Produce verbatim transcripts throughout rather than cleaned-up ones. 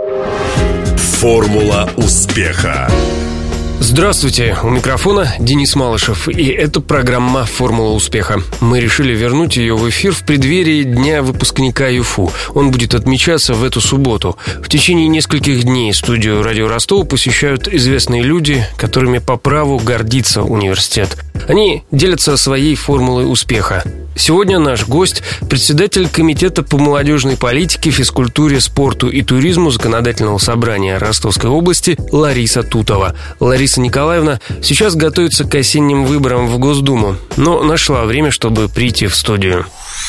Формула успеха. Здравствуйте, у микрофона Денис Малышев, и это программа «Формула успеха». Мы решили вернуть ее в эфир в преддверии Дня выпускника ЮФУ. Он будет отмечаться в эту субботу. В течение нескольких дней студию «Радио Ростова» посещают известные люди, которыми по праву гордится университет. Они делятся своей формулой успеха. Сегодня наш гость – председатель Комитета по молодежной политике, физкультуре, спорту и туризму Законодательного собрания Ростовской области Лариса Тутова. Лариса Николаевна сейчас готовится к осенним выборам в Госдуму, но нашла время, чтобы прийти в студию.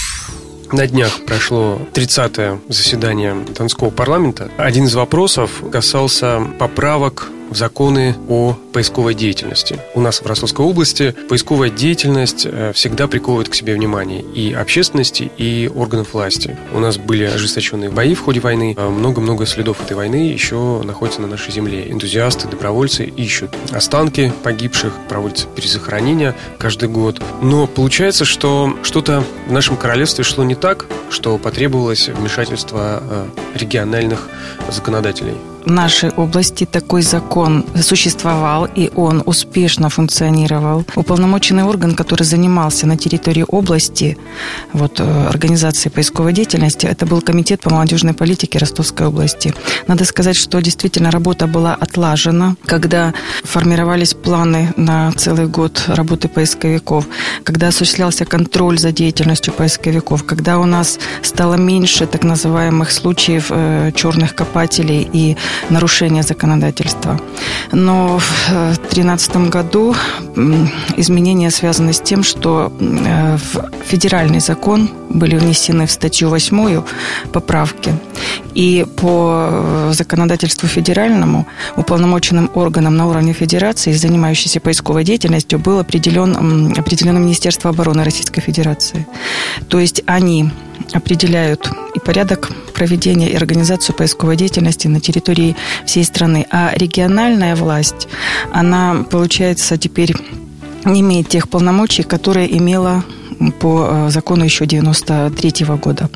На днях прошло тридцатое заседание Донского парламента. Один из вопросов касался поправок в законы о поисковой деятельности. У нас в Ростовской области поисковая деятельность всегда приковывает к себе внимание и общественности, и органов власти. У нас были ожесточенные бои в ходе войны. Много-много следов этой войны еще находятся на нашей земле. Энтузиасты, добровольцы ищут останки погибших, проводятся перезахоронения каждый год. Но получается, что что-то в нашем королевстве шло не так, что потребовалось вмешательство региональных законодателей. В нашей области такой закон существовал, и он успешно функционировал. Уполномоченный орган, который занимался на территории области вот, организацией поисковой деятельности, это был Комитет по молодежной политике Ростовской области. Надо сказать, что действительно работа была отлажена, когда формировались планы на целый год работы поисковиков, когда осуществлялся контроль за деятельностью поисковиков, когда у нас стало меньше так называемых случаев э, черных копателей и нарушения законодательства. Но в две тысячи тринадцатом году изменения связаны с тем, что в федеральный закон были внесены в статью восьмую поправки. И по законодательству федеральному уполномоченным органом на уровне федерации, занимающийся поисковой деятельностью, был определен, определено Министерство обороны Российской Федерации. То есть они определяют и порядок проведения и организацию поисковой деятельности на территории всей страны. А региональная власть, она, получается, теперь не имеет тех полномочий, которые имела по закону еще девяносто третьего года.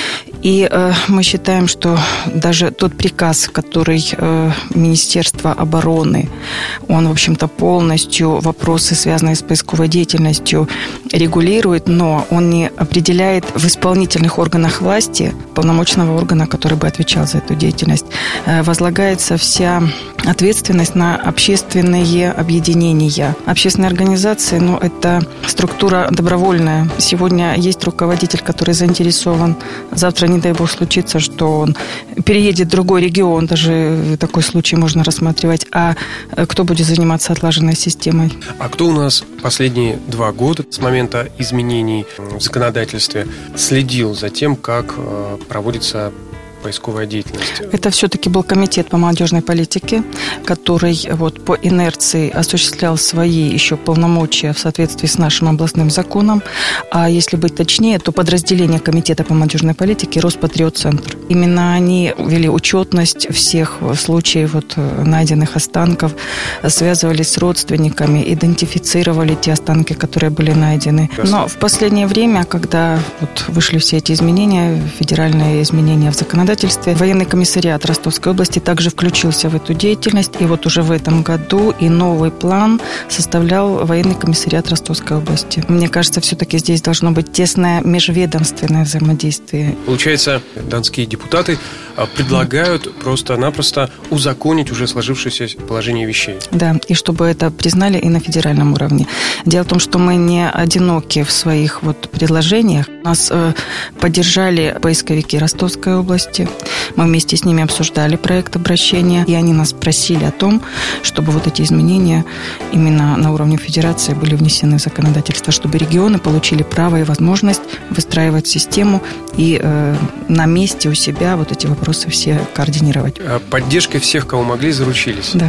И э, мы считаем, что даже тот приказ, который э, Министерство обороны, он, в общем-то, полностью вопросы, связанные с поисковой деятельностью, регулирует, но он не определяет в исполнительных органах власти полномочного органа, который бы отвечал за эту деятельность. Э, возлагается вся ответственность на общественные объединения. Общественные организации, ну, это структура добровольная. Сегодня есть руководитель, который заинтересован, завтра, не дай бог, случится, что он переедет в другой регион, даже такой случай можно рассматривать. А кто будет заниматься отлаженной системой? А кто у нас последние два года с момента изменений в законодательстве следил за тем, как проводится поисковая деятельность? Это все-таки был Комитет по молодежной политике, который вот по инерции осуществлял свои еще полномочия в соответствии с нашим областным законом. А если быть точнее, то подразделение Комитета по молодежной политике Роспатриотцентр. Именно они вели учетность всех случаев вот найденных останков, связывались с родственниками, идентифицировали те останки, которые были найдены. Но в последнее время, когда вот вышли все эти изменения, федеральные изменения в законодательстве, военный комиссариат Ростовской области также включился в эту деятельность. И вот уже в этом году и новый план составлял военный комиссариат Ростовской области. Мне кажется, все-таки здесь должно быть тесное межведомственное взаимодействие. Получается, донские депутаты предлагают просто-напросто узаконить уже сложившееся положение вещей. Да, и чтобы это признали и на федеральном уровне. Дело в том, что мы не одиноки в своих вот предложениях. Нас э, поддержали поисковики Ростовской области. Мы вместе с ними обсуждали проект обращения, и они нас просили о том, чтобы вот эти изменения именно на уровне федерации были внесены в законодательство, чтобы регионы получили право и возможность выстраивать систему и э, на месте у себя вот эти вопросы все координировать. Поддержкой всех, кого могли, заручились? Да.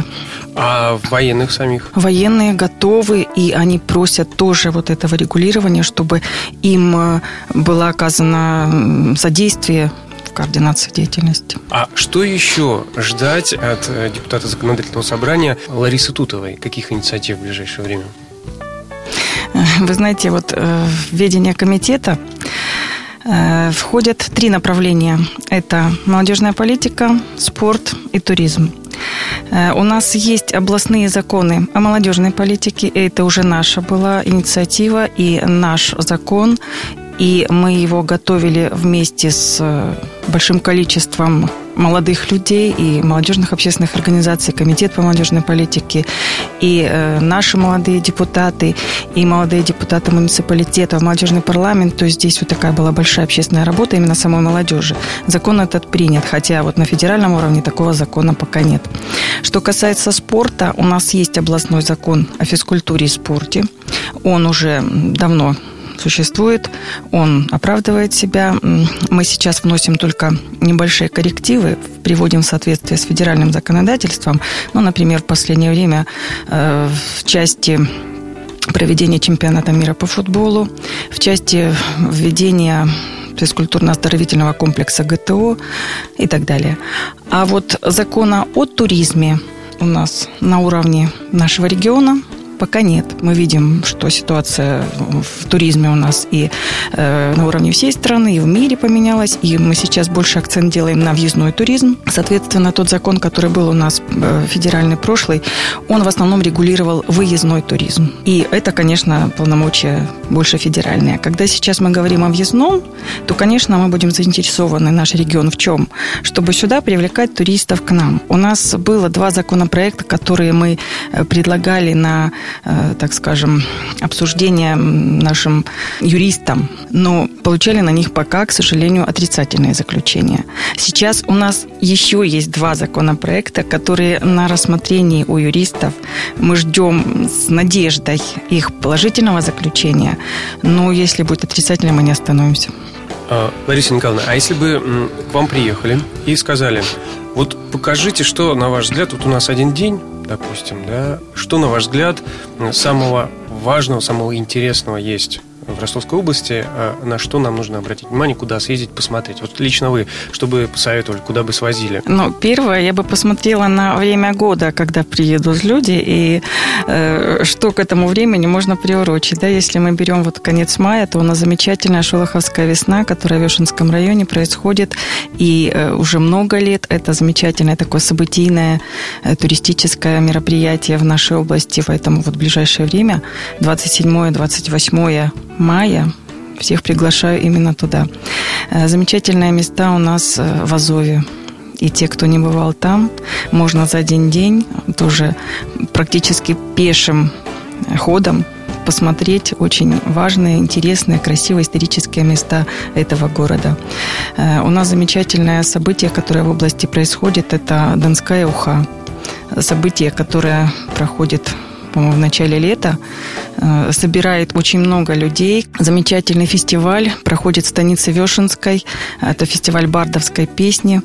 А военных самих? Военные готовы, и они просят тоже вот этого регулирования, чтобы им было оказано содействие в координации деятельности. А что еще ждать от депутата Законодательного собрания Ларисы Тутовой? Каких инициатив в ближайшее время? Вы знаете, вот ведение комитета Входят три направления. Это молодежная политика, спорт и туризм. У нас есть областные законы о молодежной политике. Это уже наша была инициатива и наш закон. И мы его готовили вместе с большим количеством молодых людей и молодежных общественных организаций, Комитет по молодежной политике, и э, наши молодые депутаты, и молодые депутаты муниципалитета, молодежный парламент. То есть здесь вот такая была большая общественная работа именно самой молодежи. Закон этот принят, хотя вот на федеральном уровне такого закона пока нет. Что касается спорта, у нас есть областной закон о физкультуре и спорте. Он уже давно существует, он оправдывает себя. Мы сейчас вносим только небольшие коррективы, приводим в соответствие с федеральным законодательством. Ну, например, в последнее время э, в части проведения чемпионата мира по футболу, в части введения физкультурно-оздоровительного комплекса ГТО и так далее. А вот закона о туризме у нас на уровне нашего региона пока нет. Мы видим, что ситуация в туризме у нас и э, на уровне всей страны, и в мире поменялась, и мы сейчас больше акцент делаем на въездной туризм. Соответственно, тот закон, который был у нас э, федеральный прошлый, он в основном регулировал выездной туризм. И это, конечно, полномочия больше федеральные. Когда сейчас мы говорим о въездном, то, конечно, мы будем заинтересованы, наш регион, в чем? Чтобы сюда привлекать туристов к нам. У нас было два законопроекта, которые мы предлагали на, так скажем, обсуждение нашим юристам, но получали на них пока, к сожалению, отрицательные заключения. Сейчас у нас еще есть два законопроекта, которые на рассмотрении у юристов. Мы ждем с надеждой их положительного заключения, но если будет отрицательным, мы не остановимся. Лариса Николаевна, а если бы к вам приехали и сказали: вот покажите, что, на ваш взгляд, вот у нас один день, допустим, да, что, на ваш взгляд, самого важного, самого интересного есть в Ростовской области, на что нам нужно обратить внимание, куда съездить, посмотреть? Вот лично вы, что бы посоветовали, куда бы свозили? Ну, первое, я бы посмотрела на время года, когда приедут люди, и э, что к этому времени можно приурочить. Да? Если мы берем вот конец мая, то у нас замечательная Шолоховская весна, которая в Вешенском районе происходит, и э, уже много лет. Это замечательное такое событийное э, туристическое мероприятие в нашей области, поэтому вот в ближайшее время, двадцать седьмое - двадцать восьмое мая, всех приглашаю именно туда. Замечательные места у нас в Азове. И те, кто не бывал там, можно за один день тоже практически пешим ходом посмотреть очень важные, интересные, красивые исторические места этого города. У нас замечательное событие, которое в области происходит, это Донская уха. Событие, которое проходит, по-моему, в начале лета, собирает очень много людей. Замечательный фестиваль проходит в станице Вешенской. Это фестиваль бардовской песни,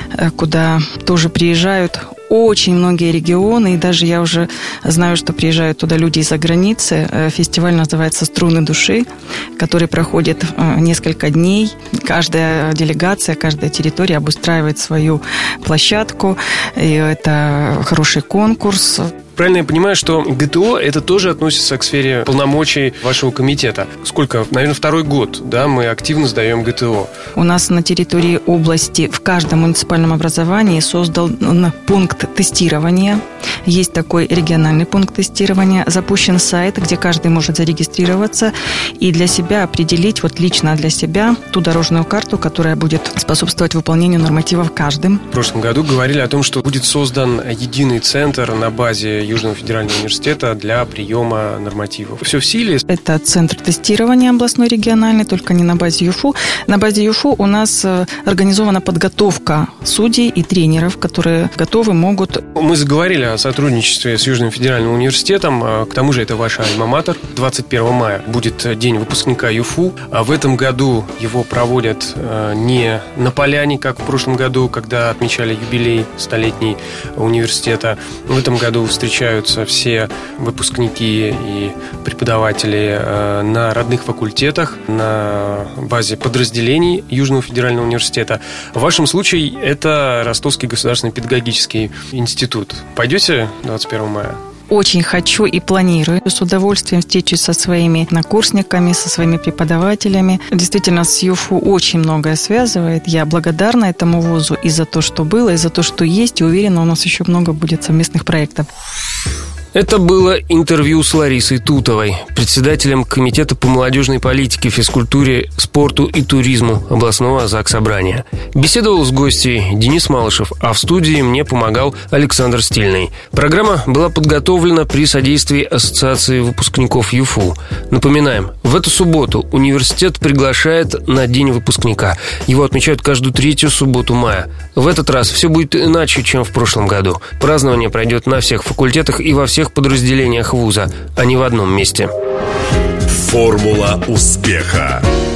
куда тоже приезжают очень многие регионы, и даже я уже знаю, что приезжают туда люди из-за границы. Фестиваль называется «Струны души», который проходит несколько дней. Каждая делегация, каждая территория обустраивает свою площадку, и это хороший конкурс. Правильно я понимаю, что ГТО это тоже относится к сфере полномочий вашего комитета? Сколько? Наверное, второй год, да, мы активно сдаем ГТО. У нас на территории области в каждом муниципальном образовании создан пункт тестирования. Есть такой региональный пункт тестирования. Запущен сайт, где каждый может зарегистрироваться и для себя определить, вот лично для себя, ту дорожную карту, которая будет способствовать выполнению нормативов каждым. В прошлом году говорили о том, что будет создан единый центр на базе Южного федерального университета для приема нормативов. Все в силе? Это центр тестирования областной региональный, только не на базе ЮФУ. На базе ЮФУ у нас организована подготовка судей и тренеров, которые готовы, могут... Мы заговорили о сотрудничестве с Южным федеральным университетом. К тому же это ваша альма-матер. двадцать первого мая будет день выпускника ЮФУ. А в этом году его проводят не на поляне, как в прошлом году, когда отмечали юбилей столетний университета. В этом году встречаются все выпускники и преподаватели на родных факультетах, на базе подразделений Южного федерального университета. В вашем случае это Ростовский государственный педагогический институт. Пойдете двадцать первого мая? очень хочу и планирую с удовольствием встречусь со своими однокурсниками, со своими преподавателями. Действительно, с ЮФУ очень многое связывает. Я благодарна этому вузу и за то, что было, и за то, что есть, и уверена, у нас еще много будет совместных проектов. Это было интервью с Ларисой Тутовой, председателем Комитета по молодежной политике, физкультуре, спорту и туризму областного заксобрания. Беседовал с гостьей Денис Малышев, а в студии мне помогал Александр Стильный. Программа была подготовлена при содействии Ассоциации выпускников ЮФУ. Напоминаем, в эту субботу университет приглашает на День выпускника. Его отмечают каждую третью субботу мая. В этот раз все будет иначе, чем в прошлом году. Празднование пройдет на всех факультетах и во всех подразделениях вуза, а не в одном месте. Формула успеха.